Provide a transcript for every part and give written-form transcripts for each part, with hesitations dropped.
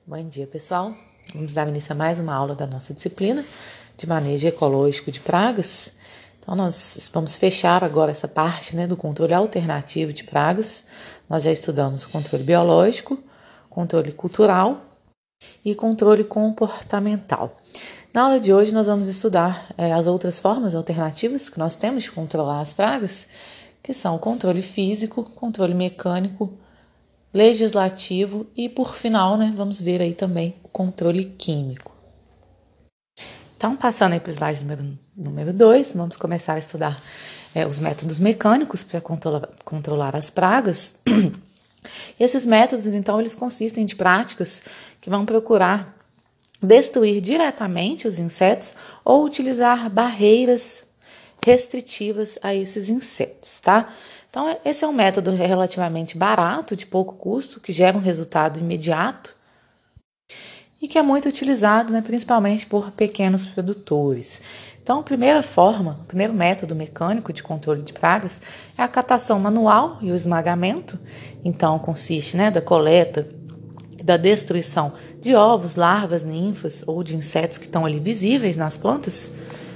Bom dia, pessoal. Vamos dar início a mais uma aula da nossa disciplina de manejo ecológico de pragas. Então, nós vamos fechar agora essa parte, do controle alternativo de pragas. Nós já estudamos controle biológico, controle cultural e controle comportamental. Na aula de hoje, nós vamos estudar as outras formas alternativas que nós temos de controlar as pragas, que são o controle físico, controle mecânico, legislativo e, por final, vamos ver aí também o controle químico. Então, passando aí para o slide número 2, vamos começar a estudar os métodos mecânicos para controlar as pragas. Esses métodos, então, eles consistem de práticas que vão procurar destruir diretamente os insetos ou utilizar barreiras restritivas a esses insetos, tá? Então, esse é um método relativamente barato, de pouco custo, que gera um resultado imediato e que é muito utilizado, principalmente por pequenos produtores. Então, a primeiro método mecânico de controle de pragas é a catação manual e o esmagamento. Então, consiste da coleta e da destruição de ovos, larvas, ninfas ou de insetos que estão ali visíveis nas plantas.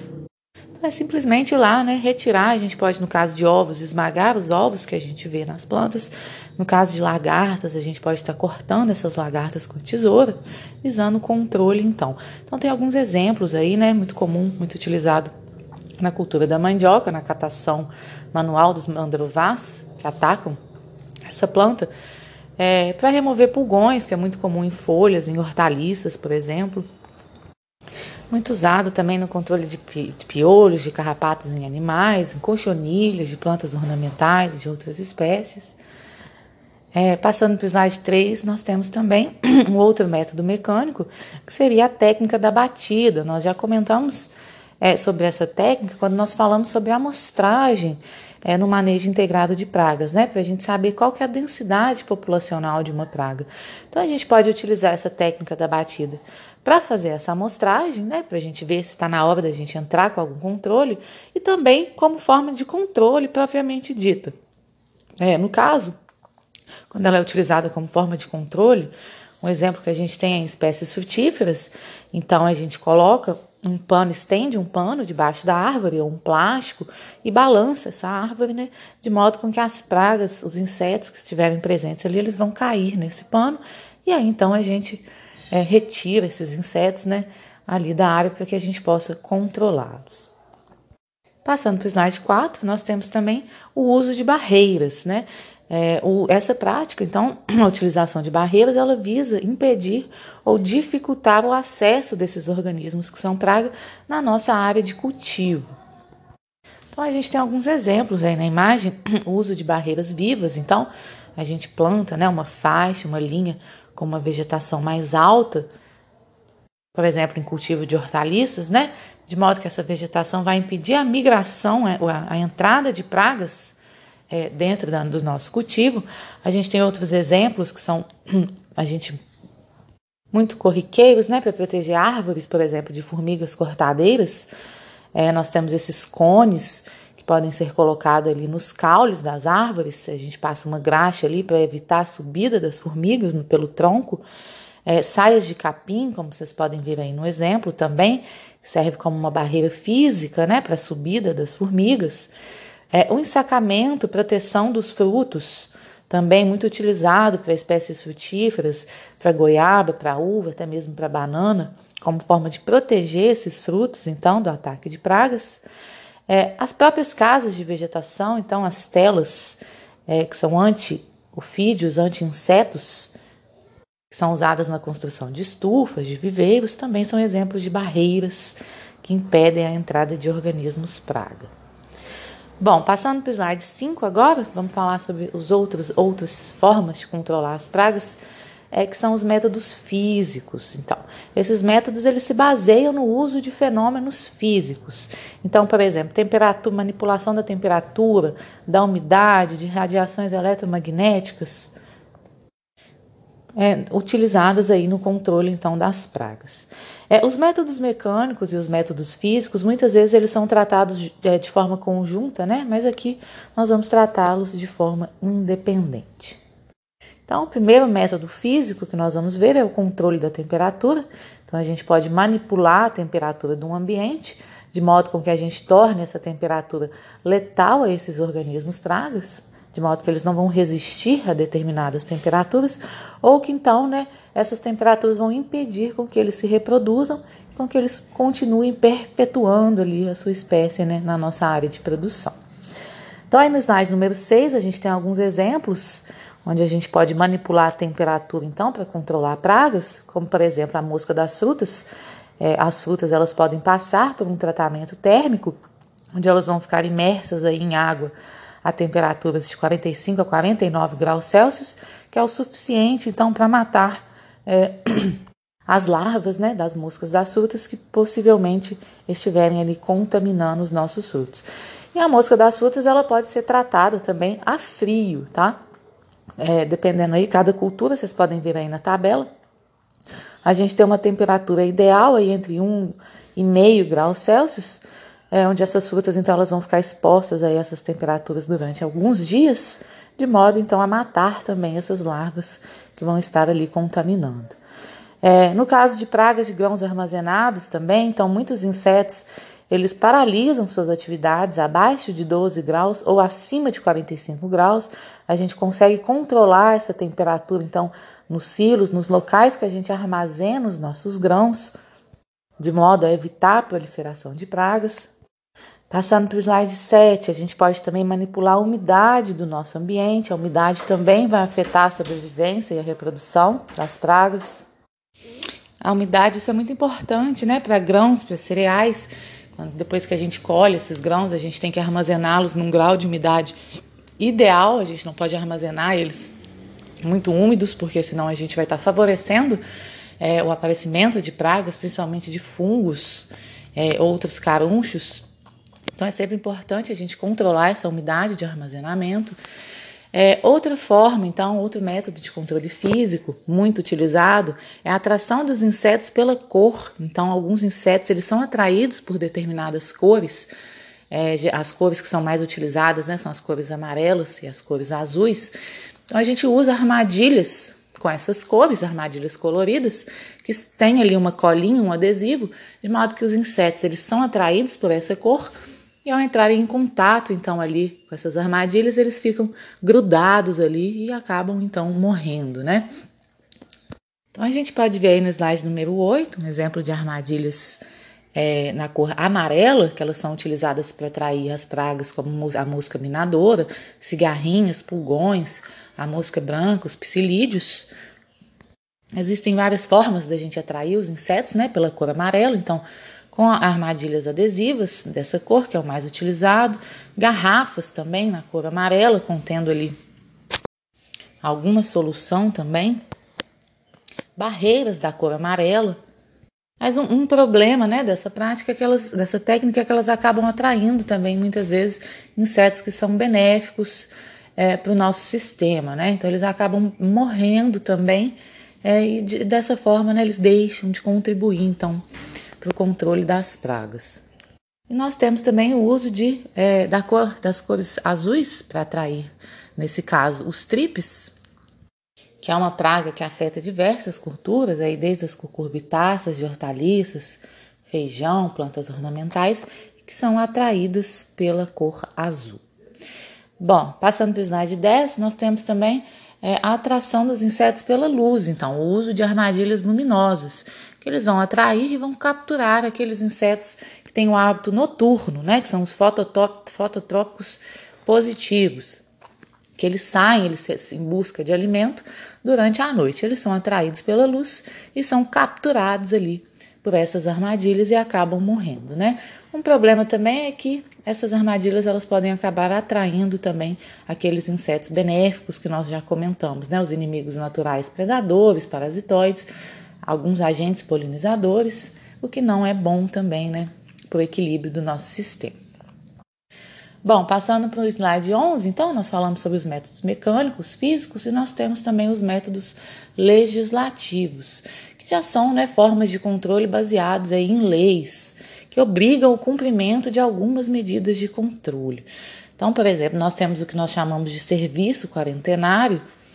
É simplesmente ir lá, retirar. A gente pode, no caso de ovos, esmagar os ovos que a gente vê nas plantas. No caso de lagartas, a gente pode estar cortando essas lagartas com a tesoura, visando o controle, então. Então, tem alguns exemplos aí, muito comum, muito utilizado na cultura da mandioca, na catação manual dos mandrovás, que atacam essa planta, para remover pulgões, que é muito comum em folhas, em hortaliças, por exemplo. Muito usado também no controle de piolhos, de carrapatos em animais, em cochonilhas, de plantas ornamentais e de outras espécies. Passando para o slide 3, nós temos também um outro método mecânico, que seria a técnica da batida. Nós já comentamos sobre essa técnica quando nós falamos sobre a amostragem no manejo integrado de pragas, para a gente saber qual que é a densidade populacional de uma praga. Então, a gente pode utilizar essa técnica da batida para fazer essa amostragem, para a gente ver se está na hora da gente entrar com algum controle, e também como forma de controle propriamente dita. No caso, quando ela é utilizada como forma de controle, um exemplo que a gente tem é em espécies frutíferas. Então, a gente coloca estende um pano debaixo da árvore, ou um plástico, e balança essa árvore, de modo com que as pragas, os insetos que estiverem presentes ali, eles vão cair nesse pano, e aí então a gente retira esses insetos ali da área para que a gente possa controlá-los. Passando para o slide 4, nós temos também o uso de barreiras, essa prática, então, a utilização de barreiras, ela visa impedir ou dificultar o acesso desses organismos que são praga na nossa área de cultivo. Então, a gente tem alguns exemplos aí na imagem, o uso de barreiras vivas. Então, a gente planta uma faixa, uma linha com uma vegetação mais alta, por exemplo, em cultivo de hortaliças, de modo que essa vegetação vai impedir a migração, a entrada de pragas dentro do nosso cultivo. A gente tem outros exemplos que são muito corriqueiros, para proteger árvores, por exemplo, de formigas cortadeiras. Nós temos esses cones que podem ser colocados ali nos caules das árvores. A gente passa uma graxa ali para evitar a subida das formigas pelo tronco. Saias de capim, como vocês podem ver aí no exemplo também, serve como uma barreira física, para a subida das formigas. O ensacamento, proteção dos frutos, também muito utilizado para espécies frutíferas, para goiaba, para uva, até mesmo para banana, como forma de proteger esses frutos, então, do ataque de pragas. As próprias casas de vegetação, então, as telas, que são anti-ofídeos, anti-insetos, que são usadas na construção de estufas, de viveiros, também são exemplos de barreiras que impedem a entrada de organismos praga. Bom, passando para o slide 5 agora, vamos falar sobre os outras formas de controlar as pragas, que são os métodos físicos. Então, esses métodos eles se baseiam no uso de fenômenos físicos. Então, por exemplo, manipulação da temperatura, da umidade, de radiações eletromagnéticas, utilizadas aí no controle, então, das pragas. Os métodos mecânicos e os métodos físicos, muitas vezes eles são tratados de forma conjunta, mas aqui nós vamos tratá-los de forma independente. Então, o primeiro método físico que nós vamos ver é o controle da temperatura. Então, a gente pode manipular a temperatura de um ambiente, de modo com que a gente torne essa temperatura letal a esses organismos pragas, de modo que eles não vão resistir a determinadas temperaturas, ou que então, né, essas temperaturas vão impedir com que eles se reproduzam, com que eles continuem perpetuando ali a sua espécie, né, na nossa área de produção. Então, aí no slide número 6, a gente tem alguns exemplos onde a gente pode manipular a temperatura, então, para controlar pragas, como, por exemplo, a mosca das frutas. As frutas, elas podem passar por um tratamento térmico, onde elas vão ficar imersas aí em água a temperaturas de 45 a 49 graus Celsius, que é o suficiente, então, para matar as larvas, né, das moscas das frutas que possivelmente estiverem ali contaminando os nossos frutos. E a mosca das frutas, ela pode ser tratada também a frio, tá? Dependendo aí, cada cultura, vocês podem ver aí na tabela, a gente tem uma temperatura ideal aí entre 1,5 graus Celsius, onde essas frutas, então, elas vão ficar expostas a essas temperaturas durante alguns dias, de modo, então, a matar também essas larvas que vão estar ali contaminando. No caso de pragas de grãos armazenados também, então, muitos insetos, eles paralisam suas atividades abaixo de 12 graus ou acima de 45 graus. A gente consegue controlar essa temperatura, então, nos silos, nos locais que a gente armazena os nossos grãos, de modo a evitar a proliferação de pragas. Passando para o slide 7, a gente pode também manipular a umidade do nosso ambiente. A umidade também vai afetar a sobrevivência e a reprodução das pragas. A umidade, isso é muito importante, né, para grãos, para cereais. Depois que a gente colhe esses grãos, a gente tem que armazená-los num grau de umidade ideal. A gente não pode armazenar eles muito úmidos, porque senão a gente vai estar favorecendo o aparecimento de pragas, principalmente de fungos, outros carunchos. Então é sempre importante a gente controlar essa umidade de armazenamento. Outra forma, então, outro método de controle físico muito utilizado é a atração dos insetos pela cor. Então, alguns insetos, eles são atraídos por determinadas cores. As cores que são mais utilizadas, né, são as cores amarelas e as cores azuis. Então, a gente usa armadilhas com essas cores, armadilhas coloridas, que tem ali uma colinha, um adesivo, de modo que os insetos, eles são atraídos por essa cor. E ao entrarem em contato, então, ali com essas armadilhas, eles ficam grudados ali e acabam, então, morrendo, né? Então, a gente pode ver aí no slide número 8, um exemplo de armadilhas na cor amarela, que elas são utilizadas para atrair as pragas, como a mosca minadora, cigarrinhas, pulgões, a mosca branca, os psilídeos. Existem várias formas da gente atrair os insetos, né, pela cor amarela. Então, com armadilhas adesivas dessa cor, que é o mais utilizado, garrafas também na cor amarela, contendo ali alguma solução também, barreiras da cor amarela. Mas um problema, né, dessa prática, dessa técnica, é que elas acabam atraindo também, muitas vezes, insetos que são benéficos para o nosso sistema, né? Então, eles acabam morrendo também e dessa forma, né, eles deixam de contribuir, então, para o controle das pragas. E nós temos também o uso das cores azuis para atrair, nesse caso, os tripes, que é uma praga que afeta diversas culturas, aí desde as cucurbitáceas de hortaliças, feijão, plantas ornamentais, que são atraídas pela cor azul. Bom, passando para o slide 10, nós temos também a atração dos insetos pela luz, então o uso de armadilhas luminosas, que eles vão atrair e vão capturar aqueles insetos que têm o hábito noturno, né, que são os fototrópicos positivos, que eles saem em busca de alimento durante a noite. Eles são atraídos pela luz e são capturados ali por essas armadilhas e acabam morrendo, né? Um problema também é que essas armadilhas elas podem acabar atraindo também aqueles insetos benéficos que nós já comentamos, né? Os inimigos naturais predadores, parasitoides, alguns agentes polinizadores, o que não é bom também, né? Para o equilíbrio do nosso sistema. Bom, passando para o slide 11, então, nós falamos sobre os métodos mecânicos, físicos, e nós temos também os métodos legislativos, que já são, né, formas de controle baseados aí em leis, que obrigam o cumprimento de algumas medidas de controle. Então, por exemplo, nós temos o que nós chamamos de serviço quarentenário,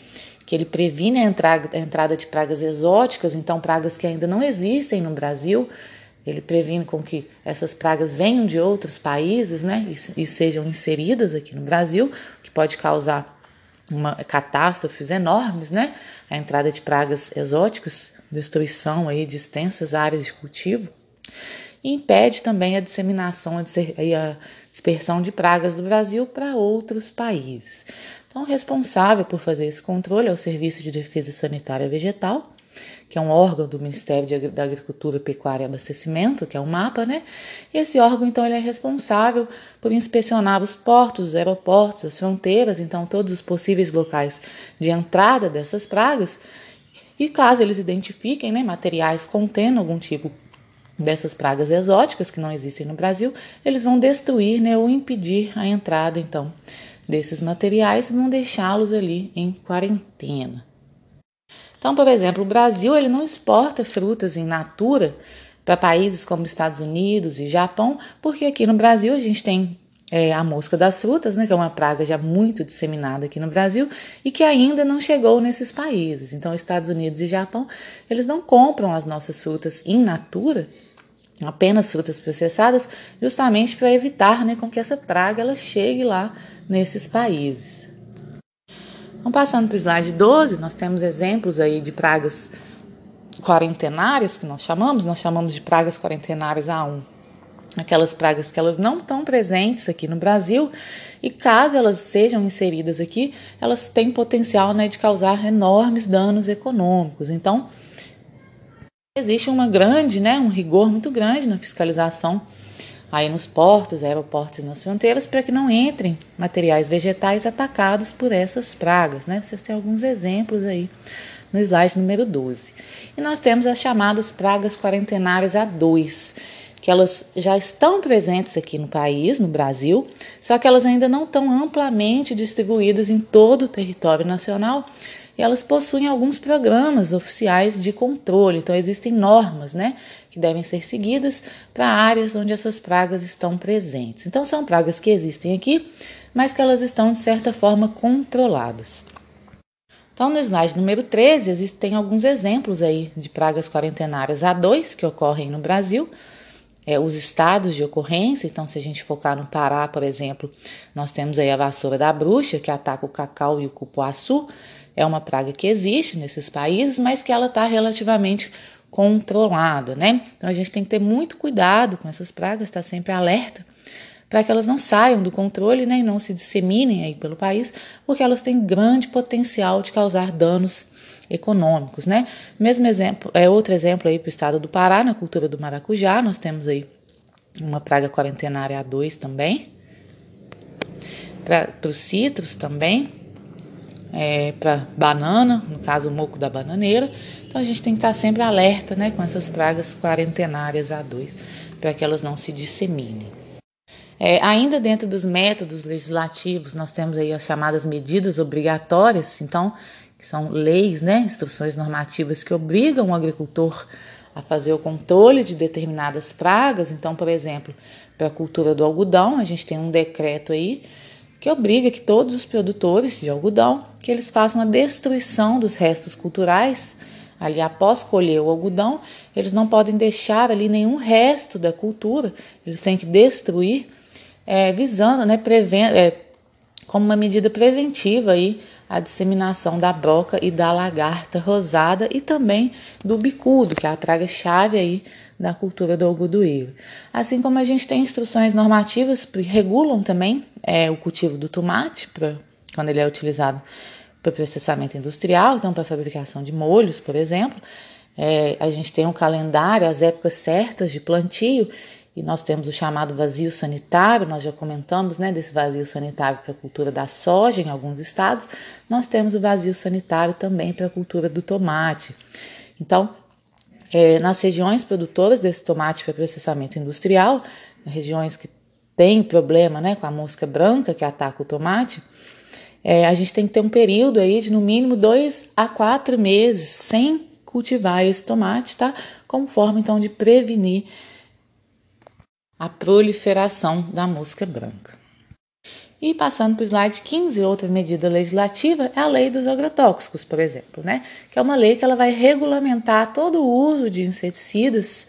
que ele previne a entrada de pragas exóticas, então pragas que ainda não existem no Brasil. Ele previne com que essas pragas venham de outros países, né, e sejam inseridas aqui no Brasil, que pode causar catástrofes enormes, né, a entrada de pragas exóticas, destruição aí de extensas áreas de cultivo, e impede também a disseminação e a dispersão de pragas do Brasil para outros países. Então, o responsável por fazer esse controle é o Serviço de Defesa Sanitária Vegetal, que é um órgão do Ministério da Agricultura, Pecuária e Abastecimento, que é o MAPA, né? E esse órgão, então, ele é responsável por inspecionar os portos, os aeroportos, as fronteiras, então, todos os possíveis locais de entrada dessas pragas. E caso eles identifiquem, né, materiais contendo algum tipo dessas pragas exóticas que não existem no Brasil, eles vão destruir, né, ou impedir a entrada, então, desses materiais e vão deixá-los ali em quarentena. Então, por exemplo, o Brasil ele não exporta frutas in natura para países como Estados Unidos e Japão, porque aqui no Brasil a gente tem a mosca das frutas, né, que é uma praga já muito disseminada aqui no Brasil e que ainda não chegou nesses países. Então, Estados Unidos e Japão, eles não compram as nossas frutas in natura, apenas frutas processadas, justamente para evitar, né, com que essa praga ela chegue lá nesses países. Então, passando para o slide 12, nós temos exemplos aí de pragas quarentenárias, que nós chamamos de pragas quarentenárias A1. Aquelas pragas que elas não estão presentes aqui no Brasil e caso elas sejam inseridas aqui, elas têm potencial, né, de causar enormes danos econômicos. Então, existe um rigor muito grande na fiscalização aí nos portos, aeroportos e nas fronteiras para que não entrem materiais vegetais atacados por essas pragas, né? Vocês têm alguns exemplos aí no slide número 12. E nós temos as chamadas pragas quarentenárias A2, que elas já estão presentes aqui no país, no Brasil, só que elas ainda não estão amplamente distribuídas em todo o território nacional e elas possuem alguns programas oficiais de controle. Então, existem normas, né, que devem ser seguidas para áreas onde essas pragas estão presentes. Então, são pragas que existem aqui, mas que elas estão, de certa forma, controladas. Então, no slide número 13, existem alguns exemplos aí de pragas quarentenárias A2 que ocorrem no Brasil. Os estados de ocorrência, então se a gente focar no Pará, por exemplo, nós temos aí a vassoura da bruxa, que ataca o cacau e o cupuaçu. É uma praga que existe nesses países, mas que ela está relativamente controlada, né? Então a gente tem que ter muito cuidado com essas pragas, estar sempre alerta para que elas não saiam do controle, né, e não se disseminem aí pelo país, porque elas têm grande potencial de causar danos econômicos, né? Mesmo exemplo, outro exemplo aí para o estado do Pará, na cultura do maracujá, nós temos aí uma praga quarentenária A2 também, para os citros também, para banana, no caso o moco da bananeira. Então a gente tem que estar sempre alerta, né, com essas pragas quarentenárias A2, para que elas não se disseminem. Ainda dentro dos métodos legislativos, nós temos aí as chamadas medidas obrigatórias, então, que são leis, né, instruções normativas que obrigam o agricultor a fazer o controle de determinadas pragas. Então, por exemplo, para a cultura do algodão, a gente tem um decreto aí que obriga que todos os produtores de algodão, que eles façam a destruição dos restos culturais. Ali, após colher o algodão, eles não podem deixar ali nenhum resto da cultura, eles têm que destruir, visando, né, como uma medida preventiva aí, a disseminação da broca e da lagarta rosada e também do bicudo, que é a praga-chave aí da cultura do algodoeiro. Assim como a gente tem instruções normativas que regulam também o cultivo do tomate, quando ele é utilizado para processamento industrial, então para a fabricação de molhos, por exemplo. A gente tem um calendário, as épocas certas de plantio, e nós temos o chamado vazio sanitário. Nós já comentamos, né, desse vazio sanitário para a cultura da soja em alguns estados. Nós temos o vazio sanitário também para a cultura do tomate. Então, nas regiões produtoras desse tomate para processamento industrial, regiões que têm problema, né, com a mosca branca que ataca o tomate, a gente tem que ter um período aí de no mínimo 2 a 4 meses sem cultivar esse tomate, tá? Como forma então de prevenir a proliferação da mosca branca. E passando para o slide 15, outra medida legislativa é a lei dos agrotóxicos, por exemplo, né? Que é uma lei que ela vai regulamentar todo o uso de inseticidas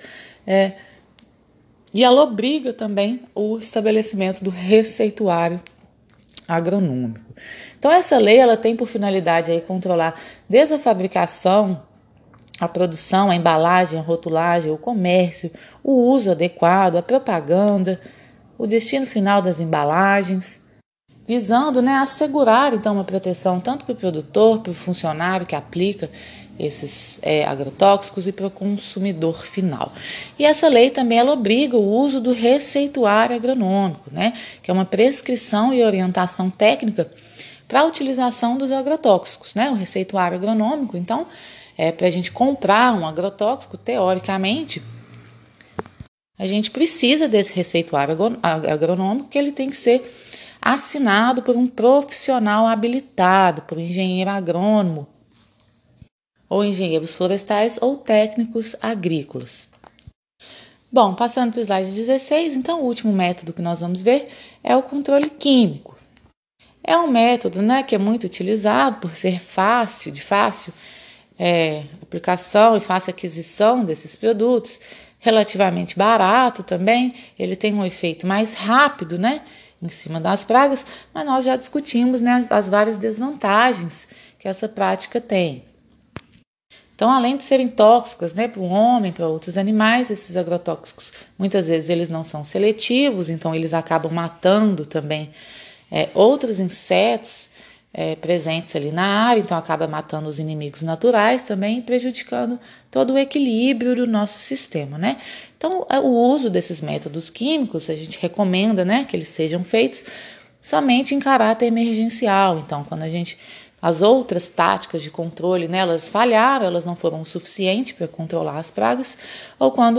e ela obriga também o estabelecimento do receituário agronômico. Então essa lei ela tem por finalidade aí controlar desde a fabricação, a produção, a embalagem, a rotulagem, o comércio, o uso adequado, a propaganda, o destino final das embalagens, visando, né, assegurar então uma proteção tanto para o produtor, para o funcionário que aplica esses agrotóxicos e para o consumidor final. E essa lei também ela obriga o uso do receituário agronômico, né, que é uma prescrição e orientação técnica para a utilização dos agrotóxicos, né, o receituário agronômico. Então, para a gente comprar um agrotóxico, teoricamente, a gente precisa desse receituário agronômico, que ele tem que ser assinado por um profissional habilitado, por um engenheiro agrônomo, ou engenheiros florestais ou técnicos agrícolas. Bom, passando para o slide 16, então o último método que nós vamos ver é o controle químico. É um método, né, que é muito utilizado por ser de fácil aplicação e fácil aquisição desses produtos, relativamente barato também, ele tem um efeito mais rápido, né, em cima das pragas, mas nós já discutimos, né, as várias desvantagens que essa prática tem. Então, além de serem tóxicos, né, para o homem, para outros animais, esses agrotóxicos, muitas vezes eles não são seletivos, então eles acabam matando também outros insetos presentes ali na área, então acaba matando os inimigos naturais também, prejudicando todo o equilíbrio do nosso sistema, né? Então, o uso desses métodos químicos, a gente recomenda, né, que eles sejam feitos somente em caráter emergencial. Então, quando as outras táticas de controle, né, elas falharam, elas não foram o suficiente para controlar as pragas, ou quando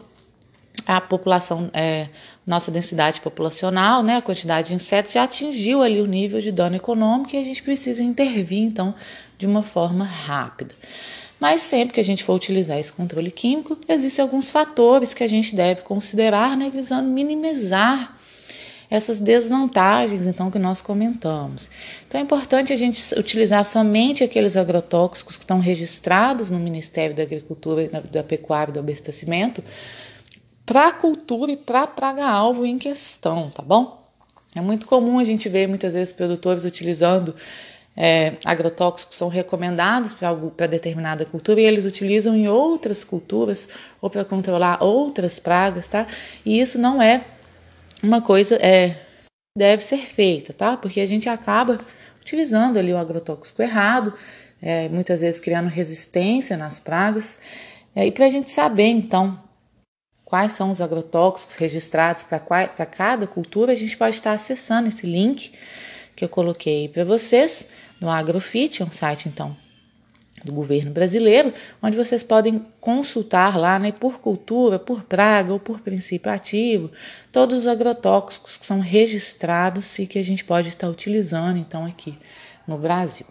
a população, nossa densidade populacional, né, a quantidade de insetos já atingiu ali o nível de dano econômico e a gente precisa intervir, então, de uma forma rápida. Mas sempre que a gente for utilizar esse controle químico, existem alguns fatores que a gente deve considerar, né, visando minimizar essas desvantagens, então, que nós comentamos. Então, é importante a gente utilizar somente aqueles agrotóxicos que estão registrados no Ministério da Agricultura, da Pecuária e do Abastecimento, para a cultura e para a praga-alvo em questão, tá bom? É muito comum a gente ver muitas vezes produtores utilizando agrotóxicos que são recomendados para determinada cultura e eles utilizam em outras culturas ou para controlar outras pragas, tá? E isso não é uma coisa que deve ser feita, tá? Porque a gente acaba utilizando ali o agrotóxico errado, muitas vezes criando resistência nas pragas. E para a gente saber, então, quais são os agrotóxicos registrados para cada cultura, a gente pode estar acessando esse link que eu coloquei para vocês no Agrofit, um site, então, do governo brasileiro, onde vocês podem consultar lá, né, por cultura, por praga ou por princípio ativo, todos os agrotóxicos que são registrados e que a gente pode estar utilizando, então, aqui no Brasil.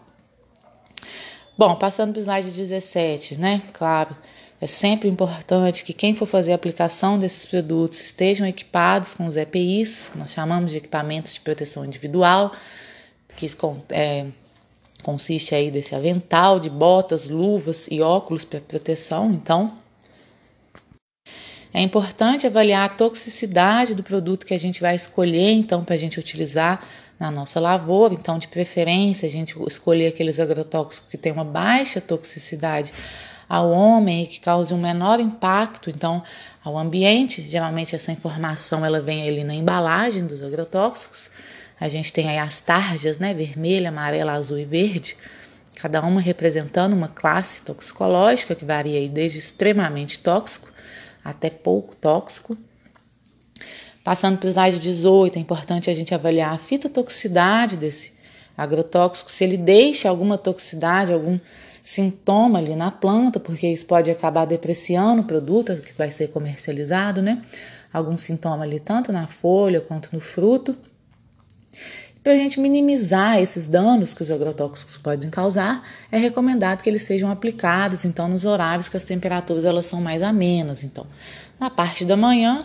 Bom, passando para o slide 17, né, claro, é sempre importante que quem for fazer a aplicação desses produtos estejam equipados com os EPIs, que nós chamamos de equipamentos de proteção individual, que consiste aí desse avental, de botas, luvas e óculos para proteção. Então, é importante avaliar a toxicidade do produto que a gente vai escolher, então, para a gente utilizar na nossa lavoura. Então, de preferência, a gente escolher aqueles agrotóxicos que têm uma baixa toxicidade ao homem e que cause um menor impacto, então, ao ambiente. Geralmente, essa informação ela vem ali na embalagem dos agrotóxicos. A gente tem aí as tarjas, né, vermelha, amarela, azul e verde, cada uma representando uma classe toxicológica que varia aí desde extremamente tóxico até pouco tóxico. Passando para o slide 18, é importante a gente avaliar a fitotoxicidade desse agrotóxico, se ele deixa alguma toxicidade, algum sintoma ali na planta, porque isso pode acabar depreciando o produto que vai ser comercializado, né? Algum sintoma ali tanto na folha quanto no fruto. Para a gente minimizar esses danos que os agrotóxicos podem causar, é recomendado que eles sejam aplicados, então, nos horários que as temperaturas elas são mais amenas. Então, na parte da manhã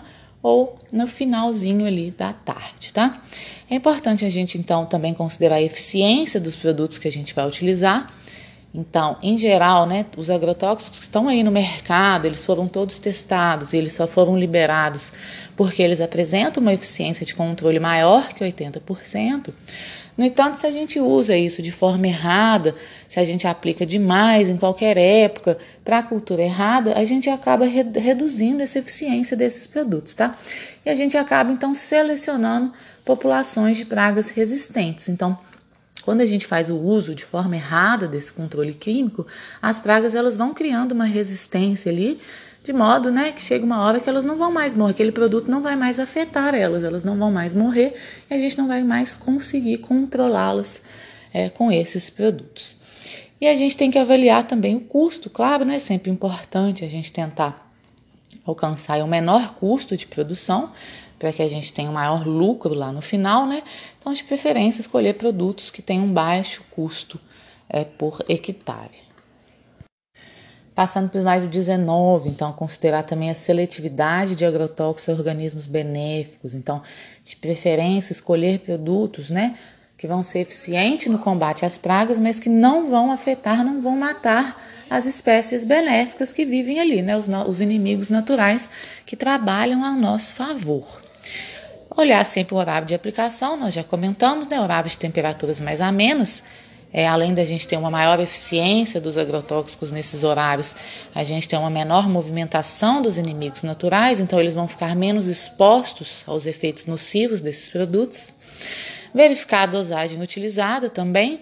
ou no finalzinho ali da tarde, tá? É importante a gente, então, também considerar a eficiência dos produtos que a gente vai utilizar. Então, em geral, né, os agrotóxicos que estão aí no mercado, eles foram todos testados e eles só foram liberados porque eles apresentam uma eficiência de controle maior que 80%. No entanto, se a gente usa isso de forma errada, se a gente aplica demais em qualquer época para a cultura errada, a gente acaba reduzindo essa eficiência desses produtos, tá? E a gente acaba, então, selecionando populações de pragas resistentes. Então, quando a gente faz o uso de forma errada desse controle químico, as pragas elas vão criando uma resistência ali, de modo, né, que chega uma hora que elas não vão mais morrer, aquele produto não vai mais afetar elas não vão mais morrer e a gente não vai mais conseguir controlá-las com esses produtos. E a gente tem que avaliar também o custo, claro, né, é sempre importante a gente tentar alcançar o menor custo de produção, para que a gente tenha um maior lucro lá no final, né? Então, de preferência, escolher produtos que tenham baixo custo por hectare. Passando para o slide 19, então, considerar também a seletividade de agrotóxicos a organismos benéficos. Então, de preferência, escolher produtos, né, que vão ser eficientes no combate às pragas, mas que não vão afetar, não vão matar as espécies benéficas que vivem ali, né, os inimigos naturais que trabalham a nosso favor. Olhar sempre o horário de aplicação, nós já comentamos, né, horário de temperaturas mais amenas. Além da gente ter uma maior eficiência dos agrotóxicos nesses horários, a gente tem uma menor movimentação dos inimigos naturais, então eles vão ficar menos expostos aos efeitos nocivos desses produtos. Verificar a dosagem utilizada também,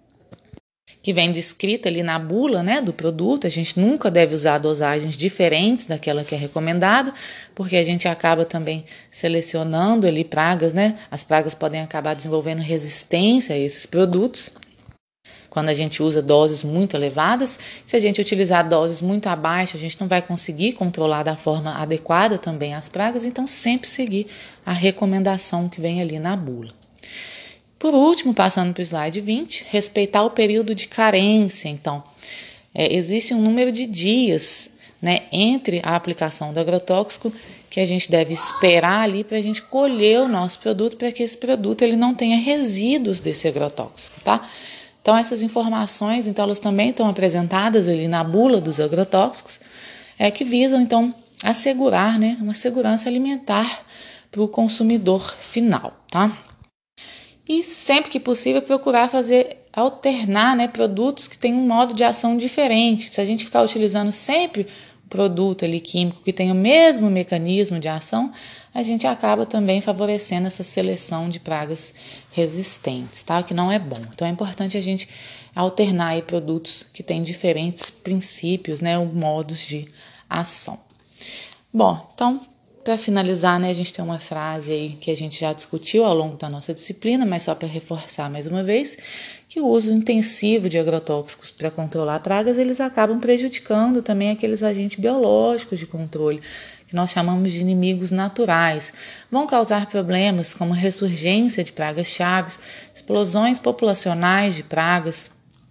que vem descrita ali na bula, né, do produto. A gente nunca deve usar dosagens diferentes daquela que é recomendada, porque a gente acaba também selecionando ali pragas, né? As pragas podem acabar desenvolvendo resistência a esses produtos quando a gente usa doses muito elevadas. Se a gente utilizar doses muito abaixo, a gente não vai conseguir controlar da forma adequada também as pragas, então sempre seguir a recomendação que vem ali na bula. Por último, passando para o slide 20, respeitar o período de carência. Então, existe um número de dias, né, entre a aplicação do agrotóxico que a gente deve esperar ali para a gente colher o nosso produto, para que esse produto ele não tenha resíduos desse agrotóxico, tá? Então, essas informações, então, elas também estão apresentadas ali na bula dos agrotóxicos, que visam, então, assegurar, né, uma segurança alimentar para o consumidor final, tá? E sempre que possível procurar alternar, né, produtos que têm um modo de ação diferente. Se a gente ficar utilizando sempre um produto ali químico que tem o mesmo mecanismo de ação, a gente acaba também favorecendo essa seleção de pragas resistentes, tá? O que não é bom. Então é importante a gente alternar aí produtos que têm diferentes princípios, né, ou modos de ação. Bom, então, para finalizar, né, a gente tem uma frase aí que a gente já discutiu ao longo da nossa disciplina, mas só para reforçar mais uma vez, que o uso intensivo de agrotóxicos para controlar pragas, eles acabam prejudicando também aqueles agentes biológicos de controle, que nós chamamos de inimigos naturais. Vão causar problemas como ressurgência de pragas chaves, explosões populacionais de pragas,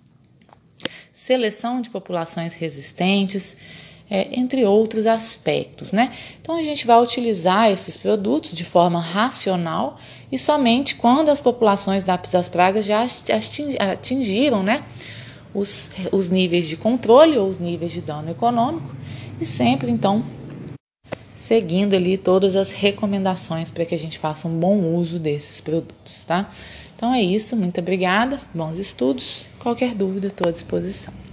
seleção de populações resistentes, entre outros aspectos, né? Então a gente vai utilizar esses produtos de forma racional e somente quando as populações das pragas já atingiram, né, os níveis de controle ou os níveis de dano econômico, e sempre então seguindo ali todas as recomendações para que a gente faça um bom uso desses produtos, tá? Então é isso, muito obrigada, bons estudos, qualquer dúvida estou à disposição.